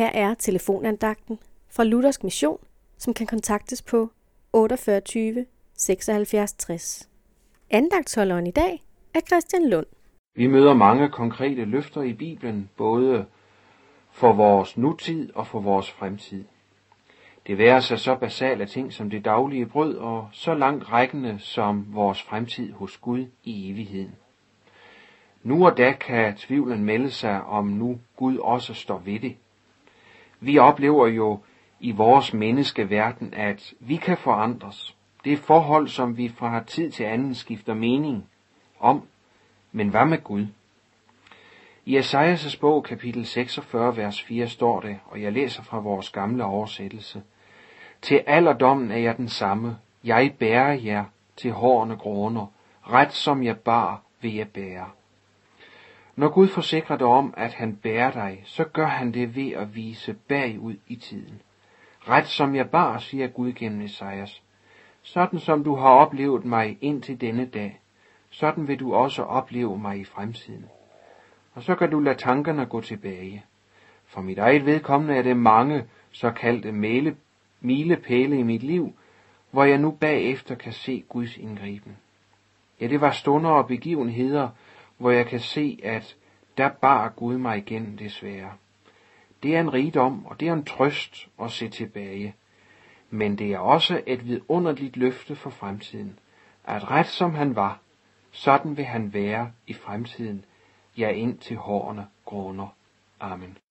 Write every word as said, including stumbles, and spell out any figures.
Her er telefonandagten fra Luthersk Mission, som kan kontaktes på otteogfyrre tyve seksoghalvfjerds tres. Andagtsholderen i dag er Christian Lund. Vi møder mange konkrete løfter i Bibelen, både for vores nutid og for vores fremtid. Det værer sig så basale ting som det daglige brød, og så langt rækkende som vores fremtid hos Gud i evigheden. Nu og da kan tvivlen melde sig, om nu Gud også står ved det. Vi oplever jo i vores menneskeverden, at vi kan forandres. Det er forhold, som vi fra tid til anden skifter mening om. Men hvad med Gud? I Esajas bog, kapitel seksogfyrre, vers fire, står det, og jeg læser fra vores gamle oversættelse. Til alderdommen er jeg den samme. Jeg bærer jer til hårene gråner. Ret som jeg bar, vil jeg bære. Når Gud forsikrer dig om, at han bærer dig, så gør han det ved at vise bagud i tiden. Ret som jeg bar, siger Gud gennem Esajas. Sådan som du har oplevet mig indtil denne dag, sådan vil du også opleve mig i fremtiden. Og så kan du lade tankerne gå tilbage. For mit eget vedkommende er det mange såkaldte milepæle i mit liv, hvor jeg nu bagefter kan se Guds indgriben. Ja, det var stunder og begivenheder, hvor jeg kan se, at der bar Gud mig igennem det svære. Det er en rigdom, og det er en trøst at se tilbage. Men det er også et vidunderligt løfte for fremtiden, at ret som han var, sådan vil han være i fremtiden, ja ind til hårene gråner. Amen.